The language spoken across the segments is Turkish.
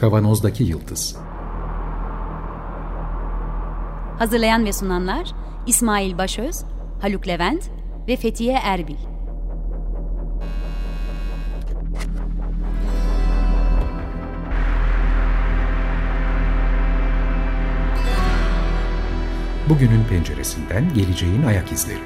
Kavanozdaki Yıldız. Hazırlayan ve sunanlar İsmail Başöz, Haluk Levent ve Fethiye Erbil. Bugünün penceresinden geleceğin ayak izleri.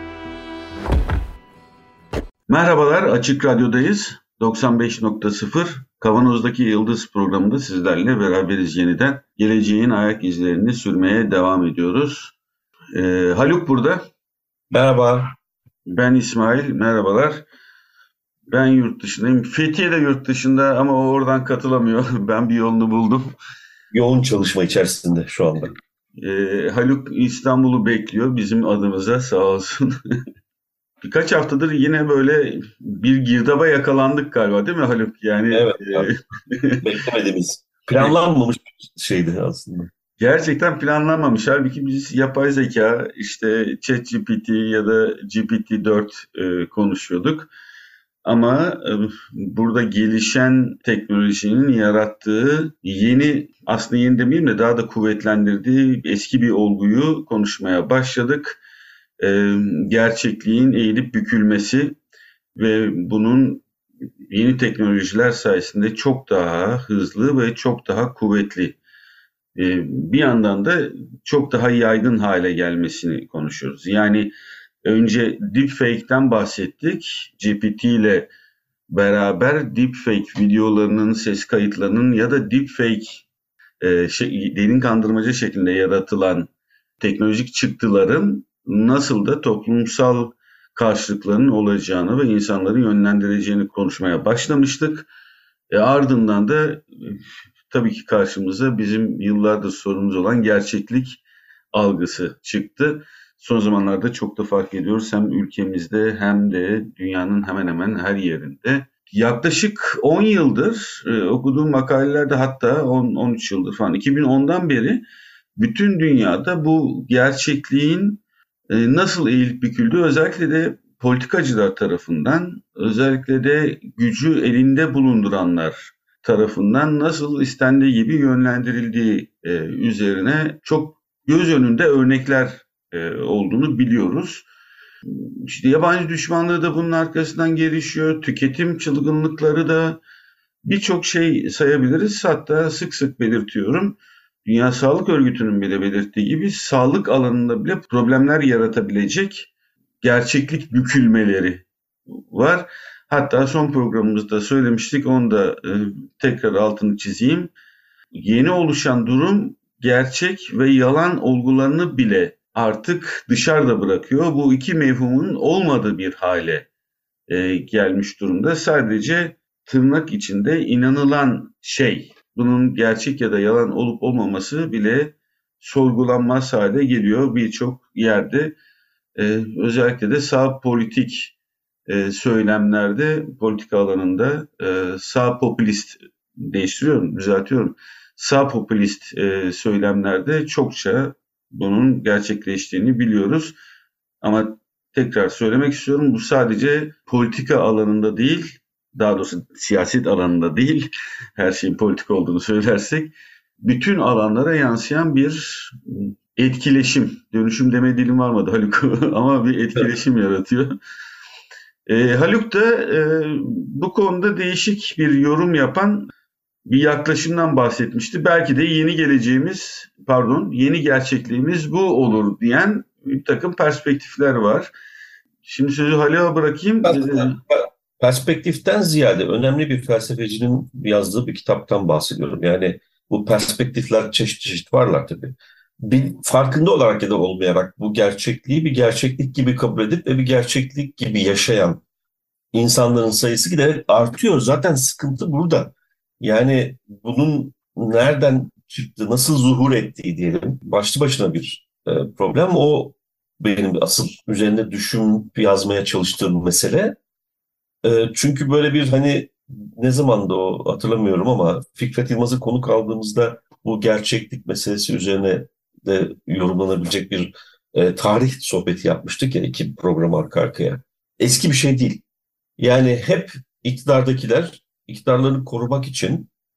Merhabalar, Açık Radyo'dayız. 95.0 Kavanoz'daki Yıldız programında sizlerle beraberiz yeniden. Geleceğin ayak izlerini sürmeye devam ediyoruz. Haluk burada. Merhaba. Ben İsmail, merhabalar. Ben yurt dışındayım. Fethiye de yurt dışında ama o oradan katılamıyor. Ben bir yolunu buldum. Yoğun çalışma içerisinde şu anda. Haluk İstanbul'u bekliyor bizim adımıza, sağ olsun. Birkaç haftadır yine böyle bir girdaba yakalandık galiba, değil mi Haluk? Yani evet. Beklemediğimiz, planlanmamış bir şeydi aslında. Gerçekten planlanmamış. Halbuki biz yapay zeka, işte ChatGPT ya da GPT-4 konuşuyorduk. Ama burada gelişen teknolojinin yarattığı aslında yeni demeyeyim de daha da kuvvetlendirdiği eski bir olguyu konuşmaya başladık. Gerçekliğin eğilip bükülmesi ve bunun yeni teknolojiler sayesinde çok daha hızlı ve çok daha kuvvetli, bir yandan da çok daha yaygın hale gelmesini konuşuyoruz. Yani önce deepfake'ten bahsettik. GPT ile beraber deepfake videolarının, ses kayıtlarının ya da deepfake derin kandırmaca şeklinde yaratılan teknolojik çıktıların nasıl da toplumsal karşılıklarının olacağını ve insanları yönlendireceğini konuşmaya başlamıştık. Ardından da tabii ki karşımıza bizim yıllardır sorunumuz olan gerçeklik algısı çıktı. Son zamanlarda çok da fark ediyoruz hem ülkemizde hem de dünyanın hemen hemen her yerinde. Yaklaşık 10 yıldır okuduğum makalelerde, hatta 13 yıldır falan, 2010'dan beri bütün dünyada bu gerçekliğin nasıl eğilip büküldüğü, özellikle de politikacılar tarafından, özellikle de gücü elinde bulunduranlar tarafından nasıl istendiği gibi yönlendirildiği üzerine çok göz önünde örnekler olduğunu biliyoruz. İşte yabancı düşmanlığı da bunun arkasından gelişiyor. Tüketim çılgınlıkları da, birçok şey sayabiliriz. Hatta sık sık belirtiyorum. Dünya Sağlık Örgütü'nün bile belirttiği gibi sağlık alanında bile problemler yaratabilecek gerçeklik bükülmeleri var. Hatta son programımızda söylemiştik, onu da tekrar altını çizeyim. Yeni oluşan durum gerçek ve yalan olgularını bile artık dışarıda bırakıyor. Bu iki mefhumun olmadığı bir hale gelmiş durumda. Sadece tırnak içinde inanılan şey, bunun gerçek ya da yalan olup olmaması bile sorgulanmaz hale geliyor birçok yerde. Özellikle de sağ politik söylemlerde, politika alanında sağ popülist, düzeltiyorum. Sağ popülist söylemlerde çokça bunun gerçekleştiğini biliyoruz. Ama tekrar söylemek istiyorum, bu sadece politika alanında değil, daha doğrusu siyaset alanında değil, her şeyin politika olduğunu söylersek, bütün alanlara yansıyan bir etkileşim, dönüşüm deme dilim varmadı Haluk ama bir etkileşim yaratıyor. Haluk da bu konuda değişik bir yorum yapan bir yaklaşımdan bahsetmişti. Belki de yeni gerçekliğimiz bu olur diyen bir takım perspektifler var. Şimdi sözü Haluk'a bırakayım. Perspektiften ziyade önemli bir felsefecinin yazdığı bir kitaptan bahsediyorum. Yani bu perspektifler çeşit çeşit varlar tabii. Bir farkında olarak ya da olmayarak bu gerçekliği bir gerçeklik gibi kabul edip ve bir gerçeklik gibi yaşayan insanların sayısı giderek artıyor. Zaten sıkıntı burada. Yani bunun nereden çıktı, nasıl zuhur ettiği diyelim, başlı başına bir problem. O benim asıl üzerinde yazmaya çalıştığım mesele. Çünkü böyle bir ne zamandı o hatırlamıyorum ama Fikret Yılmaz'ı konuk aldığımızda bu gerçeklik meselesi üzerine de yorumlanabilecek bir tarih sohbeti yapmıştık ya, 2 program arka arkaya. Eski bir şey değil. Yani hep iktidardakiler iktidarlarını korumak için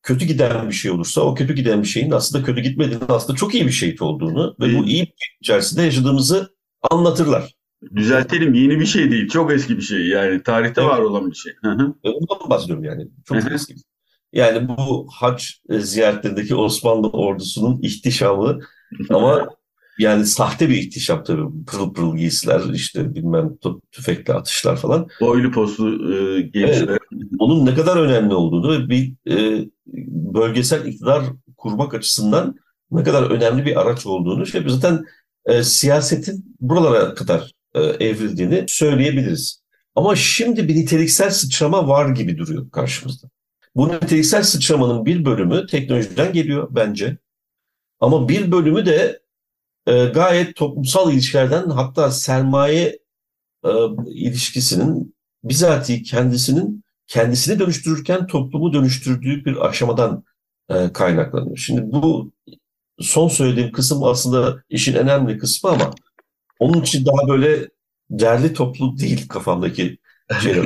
kötü giden bir şey olursa o kötü giden bir şeyin aslında kötü gitmediğini, aslında çok iyi bir şey olduğunu ve bu iyi bir şey içerisinde yaşadığımızı anlatırlar. Düzeltelim, yeni bir şey değil. Çok eski bir şey. Yani tarihte var olan bir şey. Ondan bahsediyorum yani. Çok eski. Yani bu hac ziyaretlerindeki Osmanlı ordusunun ihtişamı ama yani sahte bir ihtişam tabii. Pırıl pırıl giysiler, işte bilmem tüfekli atışlar falan. Boylu poslu gençler. Evet, onun ne kadar önemli olduğunu ve bir bölgesel iktidar kurmak açısından ne kadar önemli bir araç olduğunu, zaten siyasetin buralara kadar evrildiğini söyleyebiliriz. Ama şimdi bir niteliksel sıçrama var gibi duruyor karşımızda. Bu niteliksel sıçramanın bir bölümü teknolojiden geliyor bence. Ama bir bölümü de gayet toplumsal ilişkilerden, hatta sermaye ilişkisinin bizatihi kendisini dönüştürürken toplumu dönüştürdüğü bir aşamadan kaynaklanıyor. Şimdi bu son söylediğim kısım aslında işin önemli kısmı ama onun için daha böyle derli toplu değil kafamdaki şeyler.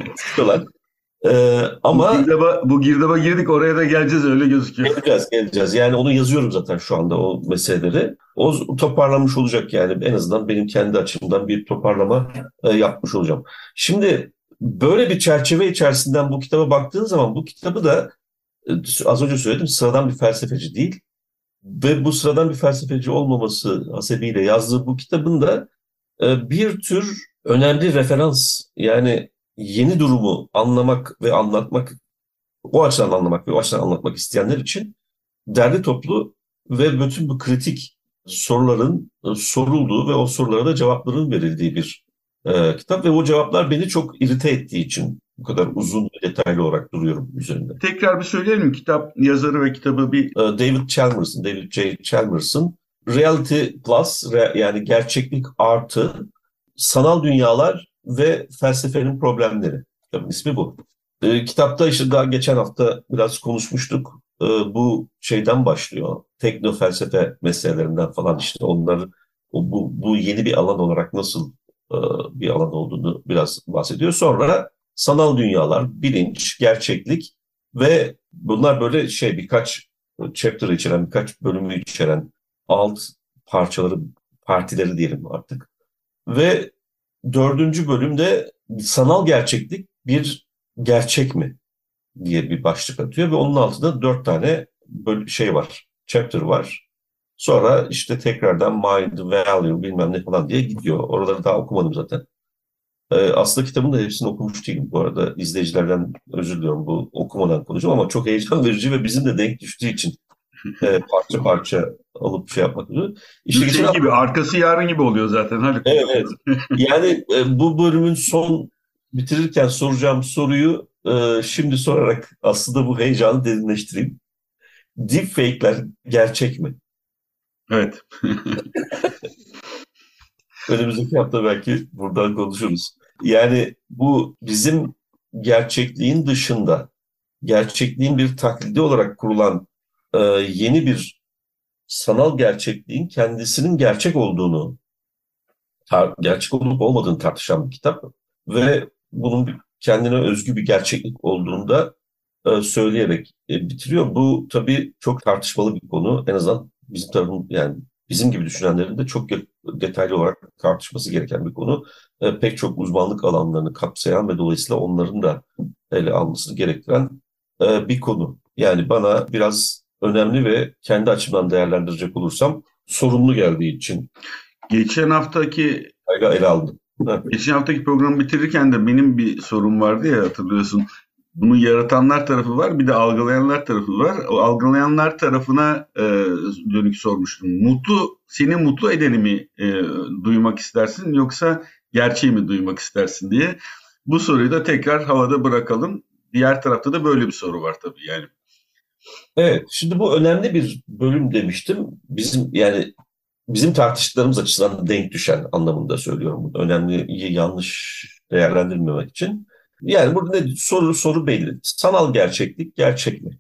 Ama bu girdaba girdik, oraya da geleceğiz, öyle gözüküyor. Geleceğiz. Yani onu yazıyorum zaten şu anda, o meseleleri. O toparlanmış olacak yani. En azından benim kendi açımdan bir toparlama yapmış olacağım. Şimdi böyle bir çerçeve içerisinden bu kitaba baktığın zaman, bu kitabı da az önce söyledim, sıradan bir felsefeci değil. Ve bu sıradan bir felsefeci olmaması hasebiyle yazdığı bu kitabın da bir tür önemli referans, yani yeni durumu anlamak ve anlatmak, o açıdan anlamak ve o açıdan anlatmak isteyenler için derli toplu ve bütün bu kritik soruların sorulduğu ve o sorulara da cevapların verildiği bir kitap ve o cevaplar beni çok irite ettiği için bu kadar uzun ve detaylı olarak duruyorum üzerinde. Tekrar bir söyleyelim, kitap yazarı ve kitabı bir... David J. Chalmers'ın Reality Plus, yani gerçeklik artı sanal dünyalar ve felsefenin problemleri. Kitabın ismi bu. Kitapta işte daha geçen hafta biraz konuşmuştuk. Bu şeyden başlıyor. Tekno felsefe meselelerinden falan, işte onları bu yeni bir alan olarak nasıl bir alan olduğunu biraz bahsediyor. Sonra sanal dünyalar, bilinç, gerçeklik ve bunlar böyle birkaç chapter içeren, birkaç bölümü içeren alt parçaları, partileri diyelim artık. Ve 4. bölümde sanal gerçeklik bir gerçek mi diye bir başlık atıyor ve onun altında 4 tane var, chapter var. Sonra işte tekrardan mind, value bilmem ne falan diye gidiyor. Oraları daha okumadım zaten. Aslında kitabın da hepsini okumuş değilim bu arada. İzleyicilerden özür diliyorum, bu okumadan konuşuyorum ama çok heyecan verici ve bizim de denk düştüğü için parça parça alıp yapmak üzere. İşte gibi, arkası yarın gibi oluyor zaten. Hadi. Evet. Yani bu bölümün bitirirken soracağım soruyu şimdi sorarak aslında bu heyecanı derinleştireyim. Deepfake'ler gerçek mi? Evet. Önümüzdeki hafta belki buradan konuşuruz. Yani bu bizim gerçekliğin dışında, gerçekliğin bir taklidi olarak kurulan yeni bir sanal gerçekliğin kendisinin gerçek olduğunu, gerçek olup olmadığını tartışan bir kitap ve bunun kendine özgü bir gerçeklik olduğunu da söyleyerek bitiriyor. Bu tabii çok tartışmalı bir konu. En azından bizim tarafın, yani bizim gibi düşünenlerin de çok detaylı olarak tartışması gereken bir konu. Pek çok uzmanlık alanlarını kapsayan ve dolayısıyla onların da ele almasını gerektiren bir konu. Yani bana biraz önemli ve kendi açımdan değerlendirecek olursam sorumlu geldiği için geçen haftaki ele aldım. Geçen haftaki programı bitirirken de benim bir sorum vardı ya, hatırlıyorsun. Bunu yaratanlar tarafı var, bir de algılayanlar tarafı var. O algılayanlar tarafına dönük sormuştum. Seni mutlu edeni mi duymak istersin, yoksa gerçeği mi duymak istersin diye. Bu soruyu da tekrar havada bırakalım. Diğer tarafta da böyle bir soru var tabii yani. Evet, şimdi bu önemli bir bölüm demiştim. Bizim tartıştıklarımız açısından denk düşen anlamında söylüyorum. Önemli, yanlış değerlendirmemek için. Yani burada soru belli. Sanal gerçeklik gerçek mi?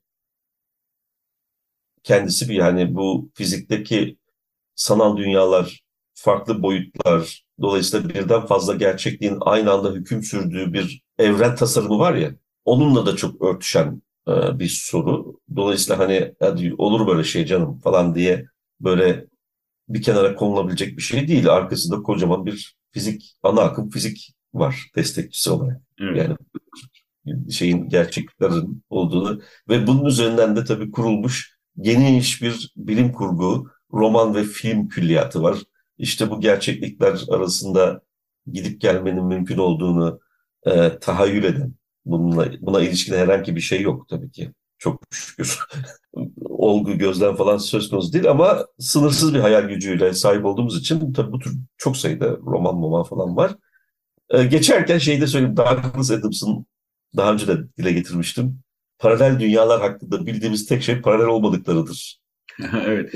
Kendisi yani bu fizikteki sanal dünyalar, farklı boyutlar, dolayısıyla birden fazla gerçekliğin aynı anda hüküm sürdüğü bir evren tasarımı var ya, onunla da çok örtüşen bir soru. Dolayısıyla hani hadi olur böyle şey canım falan diye böyle bir kenara konulabilecek bir şey değil. Arkasında kocaman bir ana akım fizik var destekçisi olarak. Evet. Yani şeyin gerçekliklerin olduğunu ve bunun üzerinden de tabii kurulmuş geniş bir bilim kurgu, roman ve film külliyatı var. İşte bu gerçeklikler arasında gidip gelmenin mümkün olduğunu tahayyül eden, buna ilişkin herhangi bir şey yok tabii ki. Çok şükür. Olgu, gözlem falan söz konusu değil ama sınırsız bir hayal gücüyle sahip olduğumuz için tabii bu tür çok sayıda roman falan var. Geçerken şeyi de söyleyeyim. Douglas Adams'ın daha önce de dile getirmiştim. Paralel dünyalar hakkında bildiğimiz tek şey paralel olmadıklarıdır. Evet.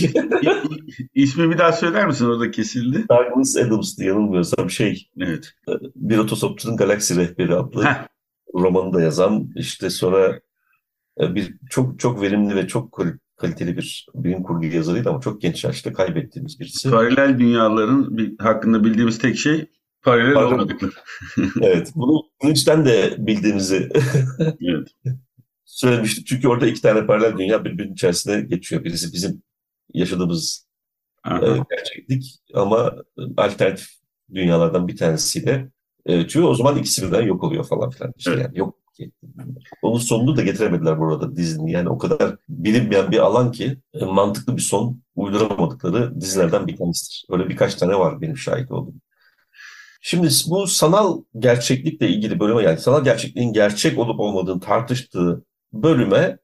İsmi bir daha söyler misin? Orada kesildi. Douglas Adams'tı yanılmıyorsam Evet. Bir Otostopçunun Galaksi Rehberi adlı romanı da yazan, işte sonra bir çok verimli ve çok kaliteli bir bilim kurgu yazarıydı ama çok genç yaşta kaybettiğimiz birisi. Paralel dünyaların hakkında bildiğimiz tek şey paralel olmadıkları. Evet, bunu Lynch'ten de bildiğimizi Evet. söylemiştik. Çünkü orada iki tane paralel dünya birbirinin içerisine geçiyor. Birisi bizim yaşadığımız gerçeklik ama alternatif dünyalardan bir tanesiyle. Çünkü o zaman ikisi birden yok oluyor falan filan. İşte Evet. yani yok ki. Onun sonunu da getiremediler burada dizinin. Yani o kadar bilinmeyen bir alan ki mantıklı bir son uyduramadıkları dizilerden bir tanesidir. Öyle birkaç tane var benim şahit olduğum. Şimdi bu sanal gerçeklikle ilgili bölüme, yani sanal gerçekliğin gerçek olup olmadığını tartıştığı bölüme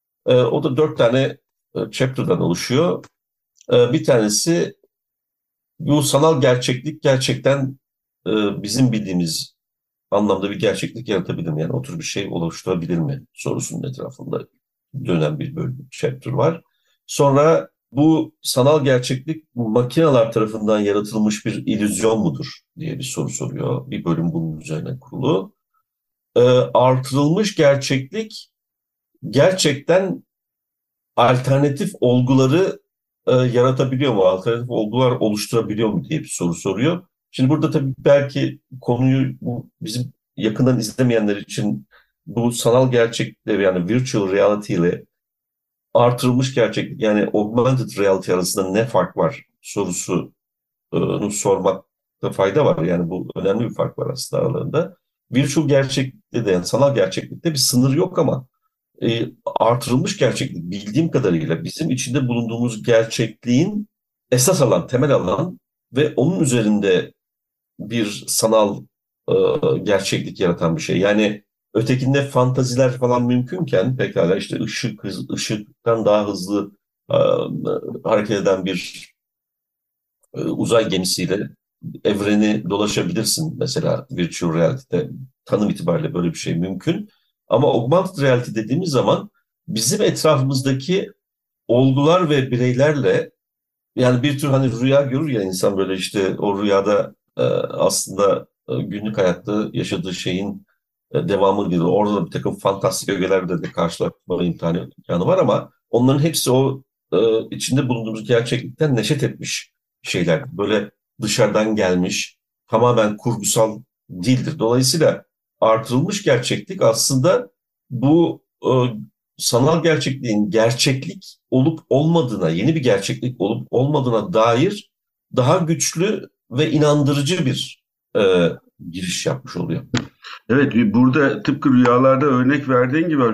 o da 4 tane chapter'dan oluşuyor. Bir tanesi bu sanal gerçeklik gerçekten bizim bildiğimiz anlamda bir gerçeklik yaratabilir mi? Yani o tür bir şey oluşturabilir mi sorusunun etrafında dönen bir bölüm, chapter var. Sonra bu sanal gerçeklik makineler tarafından yaratılmış bir illüzyon mudur diye bir soru soruyor. Bir bölüm bunun üzerine kurulu. Artırılmış gerçeklik gerçekten alternatif olguları yaratabiliyor mu? Alternatif olgular oluşturabiliyor mu diye bir soru soruyor. Şimdi burada tabii belki konuyu bizim yakından izlemeyenler için bu sanal gerçeklikle, yani virtual reality ile artırılmış gerçeklik, yani augmented reality arasında ne fark var sorusunu sormakta fayda var. Yani bu önemli bir fark var aslında aralarında. Virtual gerçeklikte de, yani sanal gerçeklikte bir sınır yok ama artırılmış gerçeklik bildiğim kadarıyla bizim içinde bulunduğumuz gerçekliğin esas alan, temel alan ve onun üzerinde bir sanal gerçeklik yaratan bir şey. Yani ötekinde fantaziler falan mümkünken pekala işte ışıktan daha hızlı hareket eden bir uzay gemisiyle evreni dolaşabilirsin mesela virtual reality'de. Tanım itibariyle böyle bir şey mümkün. Ama augmented reality dediğimiz zaman bizim etrafımızdaki olgular ve bireylerle, yani bir tür hani rüya görür ya insan, böyle işte o rüyada aslında günlük hayatta yaşadığı şeyin devamı gibi. Orada da bir takım fantastik ögelerle de karşılaşma imkanı var ama onların hepsi o içinde bulunduğumuz gerçeklikten neşet etmiş şeyler. Böyle dışarıdan gelmiş, tamamen kurgusal değildir. Dolayısıyla artırılmış gerçeklik aslında bu sanal gerçekliğin gerçeklik olup olmadığına, yeni bir gerçeklik olup olmadığına dair daha güçlü ve inandırıcı bir giriş yapmış oluyor. Evet, burada tıpkı rüyalarda örnek verdiğin gibi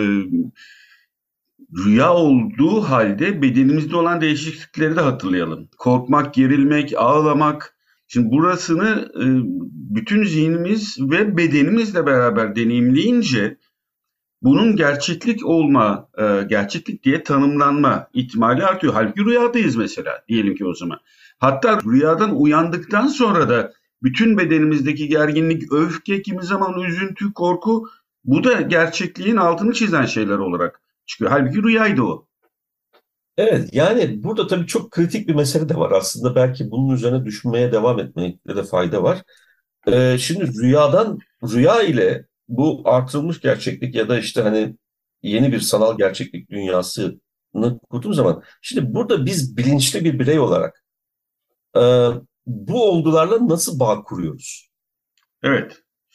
rüya olduğu halde bedenimizde olan değişiklikleri de hatırlayalım. Korkmak, gerilmek, ağlamak. Şimdi burasını bütün zihnimiz ve bedenimizle beraber deneyimleyince bunun gerçeklik olma, gerçeklik diye tanımlanma ihtimali artıyor. Halbuki rüyadayız mesela diyelim ki o zaman. Hatta rüyadan uyandıktan sonra da bütün bedenimizdeki gerginlik, öfke, kimi zaman üzüntü, korku, bu da gerçekliğin altını çizen şeyler olarak çıkıyor. Halbuki rüyaydı o. Evet, yani burada tabii çok kritik bir mesele de var. Aslında belki bunun üzerine düşünmeye devam etmekte de fayda var. Şimdi rüya ile bu artırılmış gerçeklik ya da işte hani yeni bir sanal gerçeklik dünyasını kurduğumuz zaman, şimdi burada biz bilinçli bir birey olarak bu olgularla nasıl bağ kuruyoruz? Evet.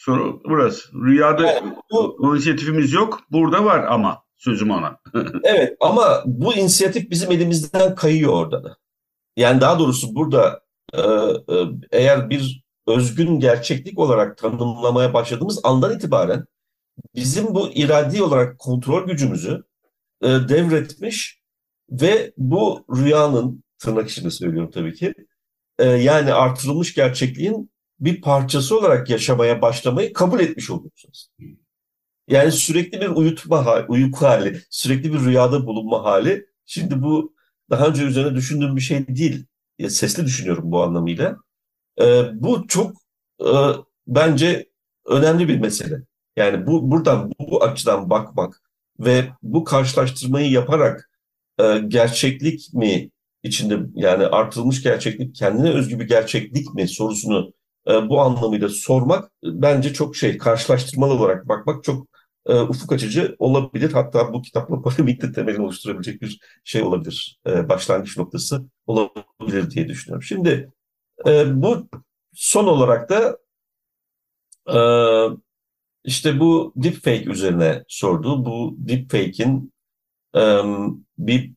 Soru burası. Rüyada Yani o inisiyatifimiz yok. Burada var ama sözüm ona. evet, ama bu inisiyatif bizim elimizden kayıyor orada da. Yani daha doğrusu burada e, eğer bir özgün gerçeklik olarak tanımlamaya başladığımız andan itibaren bizim bu iradi olarak kontrol gücümüzü devretmiş ve bu rüyanın, tırnak içinde söylüyorum tabii ki, yani artırılmış gerçekliğin bir parçası olarak yaşamaya başlamayı kabul etmiş oluyorsunuz. Yani sürekli bir uyku hali, sürekli bir rüyada bulunma hali. Şimdi bu daha önce üzerine düşündüğüm bir şey değil. Sesli düşünüyorum bu anlamıyla. Bu çok e, bence önemli bir mesele. Yani buradan bu açıdan bakmak ve bu karşılaştırmayı yaparak gerçeklik mi içinde, yani artırılmış gerçeklik kendine özgü bir gerçeklik mi sorusunu bu anlamıyla sormak bence çok karşılaştırmalı olarak bakmak çok ufuk açıcı olabilir. Hatta bu kitapla polemikte temelini oluşturabilecek bir şey olabilir. Başlangıç noktası olabilir diye düşünüyorum. Şimdi bu son olarak da e, işte bu deepfake üzerine sordu. Bu deepfake'in e, bir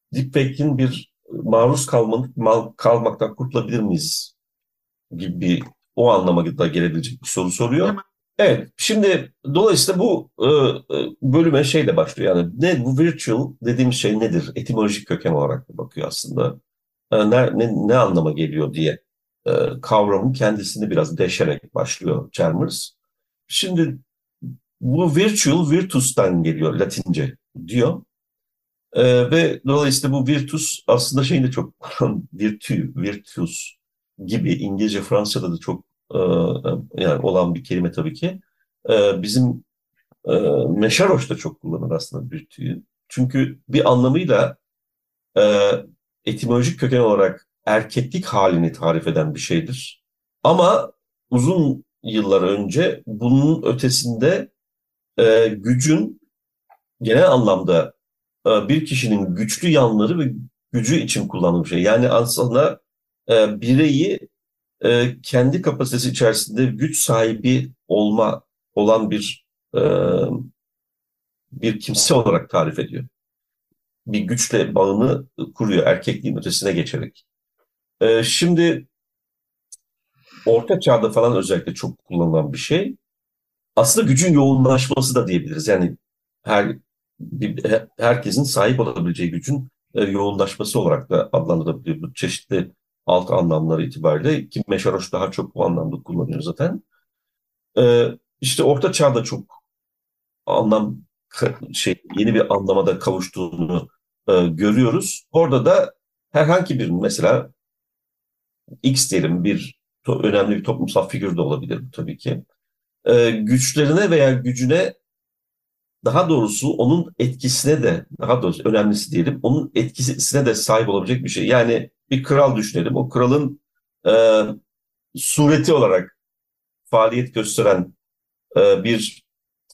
maruz kalmaktan kurtulabilir miyiz gibi o anlama da gelebilecek bir soru soruyor. Evet, şimdi dolayısıyla bu bölüme de başlıyor. Yani bu virtual dediğimiz şey nedir? Etimolojik köken olarak da bakıyor aslında. Ne anlama geliyor diye kavramın kendisini biraz deşerek başlıyor Chalmers. Şimdi bu virtual, virtus'tan geliyor Latince diyor. Ve dolayısıyla bu virtus aslında de çok virtus gibi İngilizce, Fransa'da da çok yani olan bir kelime tabii ki. Bizim Meşaroş da çok kullanır aslında virtüyü. Çünkü bir anlamıyla e, etimolojik köken olarak erkeklik halini tarif eden bir şeydir. Ama uzun yıllar önce bunun ötesinde gücün genel anlamda bir kişinin güçlü yanları ve gücü için kullandığı bir şey. Yani aslında bireyi kendi kapasitesi içerisinde güç sahibi olan e, bir kimse olarak tarif ediyor. Bir güçle bağını kuruyor erkekliğin ötesine geçerek. Şimdi Orta Çağ'da falan özellikle çok kullanılan bir şey. Aslında gücün yoğunlaşması da diyebiliriz. Yani herkesin sahip olabileceği gücün yoğunlaşması olarak da adlandırılabiliyor. Bu çeşitli alt anlamları itibariyle, ki Meşaroş daha çok bu anlamda kullanıyor zaten. İşte Orta Çağ'da çok yeni bir anlamada kavuştuğunu görüyoruz. Orada da herhangi bir, mesela X diyelim, önemli bir toplumsal figür de olabilir bu tabii ki. Güçlerine veya gücüne, daha doğrusu onun etkisine de, daha doğrusu önemlisi diyelim, onun etkisine de sahip olabilecek bir şey. Yani bir kral düşünelim. O kralın sureti olarak faaliyet gösteren bir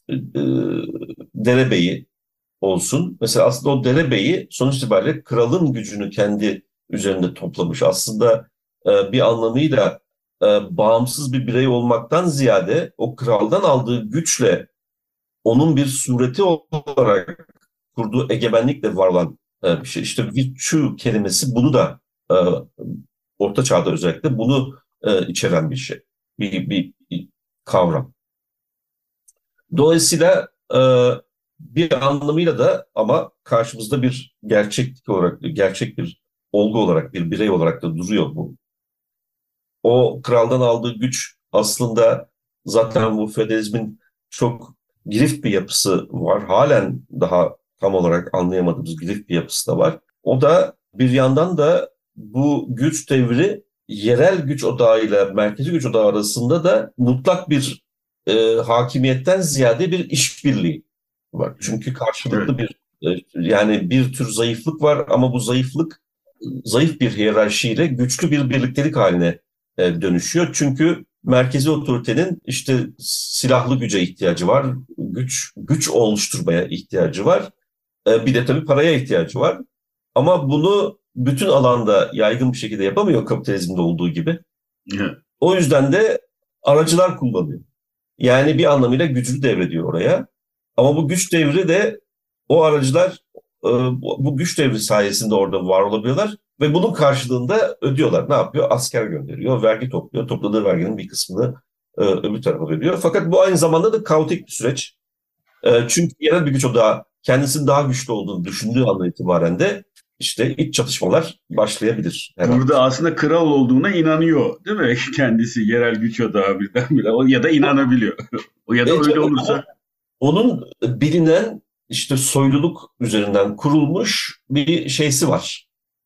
derebeyi olsun. Mesela aslında o derebeyi sonuç itibariyle kralın gücünü kendi üzerinde toplamış. Aslında bir anlamıyla bağımsız bir birey olmaktan ziyade o kraldan aldığı güçle onun bir sureti olarak kurduğu egemenlikle var olan bir şey. İşte virtue kelimesi bunu da Orta Çağ'da özellikle bunu içeren bir şey. Bir kavram. Dolayısıyla bir anlamıyla da ama karşımızda bir gerçeklik olarak, gerçek bir olgu olarak, bir birey olarak da duruyor bu. O kraldan aldığı güç aslında zaten bu feodalizmin çok girift bir yapısı var. Halen daha tam olarak anlayamadığımız girift bir yapısı da var. O da bir yandan da bu güç devri yerel güç odağıyla merkezi güç odağı arasında da mutlak bir hakimiyetten ziyade bir işbirliği var. Çünkü karşılıklı yani bir tür zayıflık var ama bu zayıflık zayıf bir hiyerarşiyle güçlü bir birliktelik haline dönüşüyor. Çünkü merkezi otoritenin işte silahlı güce ihtiyacı var, güç oluşturmaya ihtiyacı var. Bir de tabii paraya ihtiyacı var. Ama bunu bütün alanda yaygın bir şekilde yapamıyor kapitalizmde olduğu gibi. O yüzden de aracılar kullanıyor. Yani bir anlamıyla gücü devrediyor oraya. Ama bu güç devri de o aracılar bu güç devri sayesinde orada var olabiliyorlar ve bunun karşılığında ödüyorlar. Ne yapıyor? Asker gönderiyor, vergi topluyor. Topladığı verginin bir kısmını öbür tarafa veriyor. Fakat bu aynı zamanda da kaotik bir süreç. Çünkü yerel bir güç o daha kendisinin daha güçlü olduğunu düşündüğü andan itibaren de işte iç çatışmalar başlayabilir herhalde. Burada aslında kral olduğuna inanıyor, değil mi? Kendisi yerel güç odağı birdenbire ya da inanabiliyor. Ya da öyle olursa. Onun bilinen işte soyluluk üzerinden kurulmuş bir şeysi var.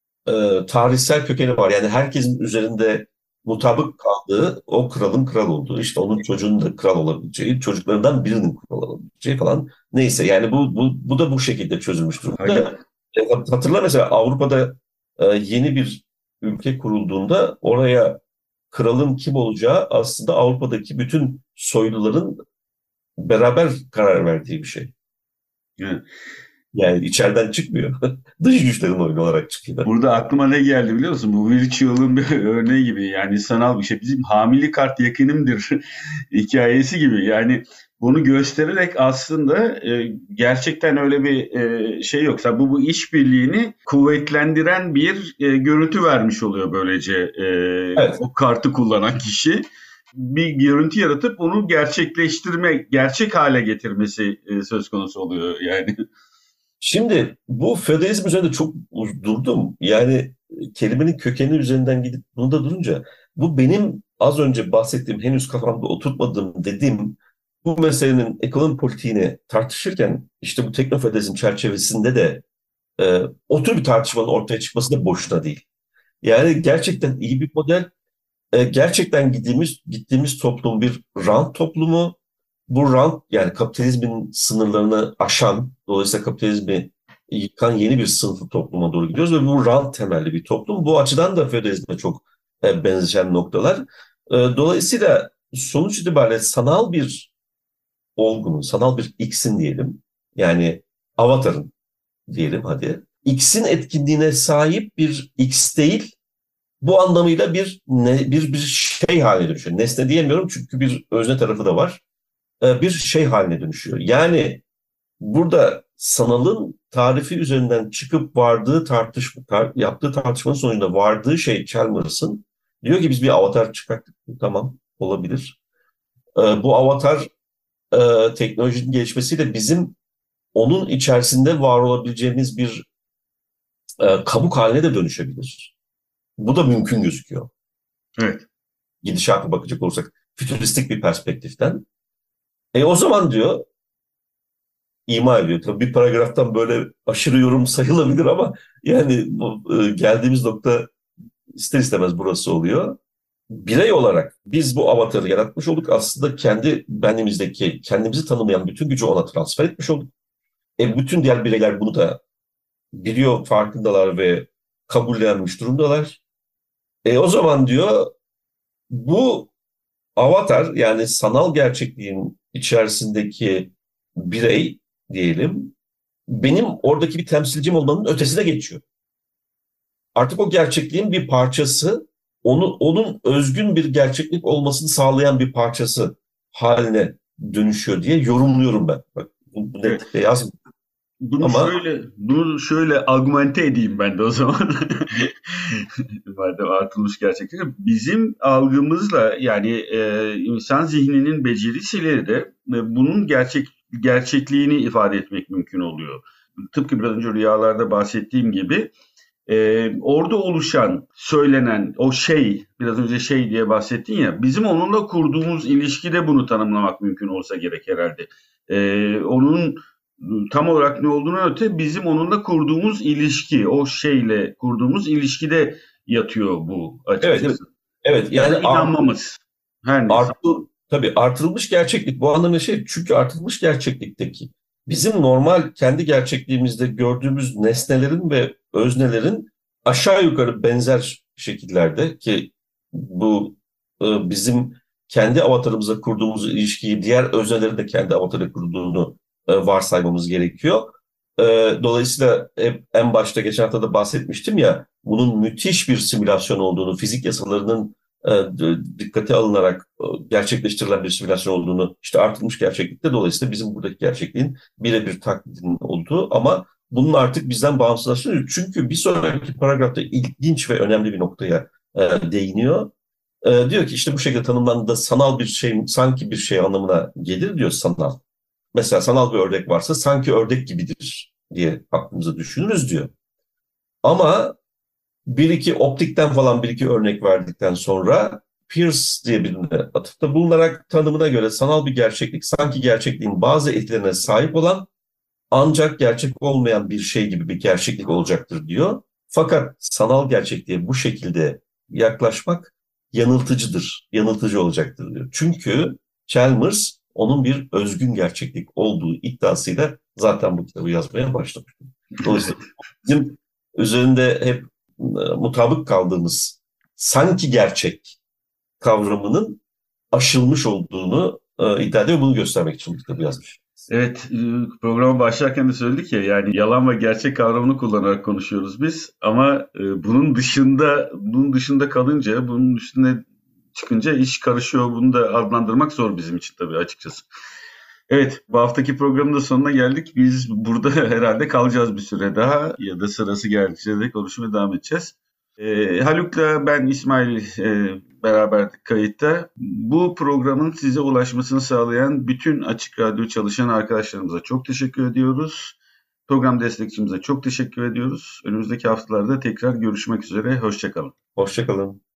Tarihsel kökeni var. Yani herkesin üzerinde mutabık kaldığı o kralın kral olduğu, işte onun çocuğunun da kral olabileceği, çocuklarından birinin kral olabileceği falan. Neyse yani bu da bu şekilde çözülmüş durumda. Hatırla mesela Avrupa'da yeni bir ülke kurulduğunda oraya kralın kim olacağı aslında Avrupa'daki bütün soyluların beraber karar verdiği bir şey. Evet. Yani içeriden çıkmıyor. Dış güçlerin oyunu olarak çıkıyor. Burada aklıma ne geldi biliyor musun? Bu virtual'ın bir örneği gibi. Yani sanal bir şey. Bizim hamili kart yakınımdır hikayesi gibi. Yani bunu göstererek aslında gerçekten öyle bir şey yoksa bu işbirliğini kuvvetlendiren bir görüntü vermiş oluyor böylece Evet. o kartı kullanan kişi. Bir görüntü yaratıp onu gerçek hale getirmesi söz konusu oluyor yani. Şimdi bu feodalizm üzerinde çok durdum. Yani kelimenin kökeni üzerinden gidip bunu da durunca bu benim az önce bahsettiğim henüz kafamda oturtmadığım dediğim bu meselenin ekonomi politiğini tartışırken işte bu teknofeodalizm çerçevesinde de o tür bir tartışmanın ortaya çıkması da boşuna değil. Yani gerçekten iyi bir model. Gerçekten gittiğimiz toplum bir rant toplumu. Bu rant yani kapitalizmin sınırlarını aşan, dolayısıyla kapitalizmi yıkan yeni bir sınıflı topluma doğru gidiyoruz ve bu rant temelli bir toplum. Bu açıdan da feodalizme çok benzeşen noktalar. Dolayısıyla sonuç itibariyle sanal bir olgunun, sanal bir X'in diyelim, yani avatarın diyelim hadi. X'in etkinliğine sahip bir X değil, bu anlamıyla bir şey haline dönüşüyor. Nesne diyemiyorum çünkü bir özne tarafı da var. Bir şey haline dönüşüyor. Yani burada sanalın tarifi üzerinden çıkıp yaptığı tartışmanın sonucunda vardığı şey Chalmers'ın diyor ki biz bir avatar çıkarttık. Tamam, olabilir. Bu avatar teknolojinin gelişmesiyle bizim onun içerisinde var olabileceğimiz bir kabuk haline de dönüşebilir. Bu da mümkün gözüküyor. Evet. Gidişata bakacak olursak fütüristik bir perspektiften. O zaman diyor ima ediyor. Tabii bir paragraftan böyle aşırı yorum sayılabilir ama yani geldiğimiz nokta ister istemez burası oluyor. Birey olarak biz bu avatarı yaratmış olduk. Aslında kendi benliğimizdeki kendimizi tanımlayan bütün gücü ona transfer etmiş olduk. Bütün diğer bireyler bunu da biliyor, farkındalar ve kabullenmiş durumdalar. O zaman diyor bu avatar yani sanal gerçekliğin içerisindeki birey diyelim benim oradaki bir temsilcim olmanın ötesine geçiyor. Artık o gerçekliğin bir parçası, onun özgün bir gerçeklik olmasını sağlayan bir parçası haline dönüşüyor diye yorumluyorum ben. Bak, bu netlikle yazmıyorum. Bunu şöyle argümente edeyim ben de o zaman. Madem artılmış gerçekten. Bizim algımızla yani insan zihninin becerisiyle de bunun gerçekliğini ifade etmek mümkün oluyor. Tıpkı biraz önce rüyalarda bahsettiğim gibi orada oluşan, söylenen o şey, biraz önce şey diye bahsettin ya, bizim onunla kurduğumuz ilişkide bunu tanımlamak mümkün olsa gerek herhalde. Onun tam olarak ne olduğunu öte bizim onunla kurduğumuz ilişki, o şeyle kurduğumuz ilişkide yatıyor bu açıkçası. Evet. Yani inanmamız. Her neyse. Tabii artırılmış gerçeklik bu anlamda çünkü artırılmış gerçeklikteki bizim normal kendi gerçekliğimizde gördüğümüz nesnelerin ve öznelerin aşağı yukarı benzer şekillerde ki bu bizim kendi avatarımıza kurduğumuz ilişkiyi diğer öznelerin de kendi avatarı kurduğunu varsaymamız gerekiyor. Dolayısıyla en başta geçen hafta da bahsetmiştim ya bunun müthiş bir simülasyon olduğunu, fizik yasalarının dikkate alınarak gerçekleştirilen bir simülasyon olduğunu, işte artırılmış gerçeklikte dolayısıyla bizim buradaki gerçekliğin birebir taklidinin olduğu ama bunun artık bizden bağımsızlaştığını, çünkü bir sonraki paragrafta ilginç ve önemli bir noktaya değiniyor. Diyor ki işte bu şekilde tanımlandığında sanal bir şey, sanki bir şey anlamına gelir diyor sanal. Mesela sanal bir ördek varsa sanki ördek gibidir diye aklımıza düşünürüz diyor. Ama bir iki optikten falan bir iki örnek verdikten sonra Peirce diye birine atıfta bulunarak tanımına göre sanal bir gerçeklik sanki gerçekliğin bazı etkilerine sahip olan ancak gerçek olmayan bir şey gibi bir gerçeklik olacaktır diyor. Fakat sanal gerçekliğe bu şekilde yaklaşmak yanıltıcıdır, yanıltıcı olacaktır diyor. Çünkü Chalmers onun bir özgün gerçeklik olduğu iddiasıyla zaten bu kitabı yazmaya başlamıştı. Dolayısıyla bizim üzerinde hep mutabık kaldığımız sanki gerçek kavramının aşılmış olduğunu iddia ediyor. Bunu göstermek için bu kitabı yazmış. Evet, programa başlarken de söyledik ya, yani yalan ve gerçek kavramını kullanarak konuşuyoruz biz ama bunun dışında kalınca, bunun üstüne çıkınca iş karışıyor. Bunu da adlandırmak zor bizim için tabii, açıkçası. Evet, bu haftaki programın da sonuna geldik. Biz burada herhalde kalacağız bir süre daha ya da sırası geldikçe de konuşmaya devam edeceğiz. Haluk'la ben, İsmail, beraberdik kayıtta. Bu programın size ulaşmasını sağlayan bütün Açık Radyo çalışan arkadaşlarımıza çok teşekkür ediyoruz. Program destekçimize çok teşekkür ediyoruz. Önümüzdeki haftalarda tekrar görüşmek üzere. Hoşça kalın. Hoşça kalın.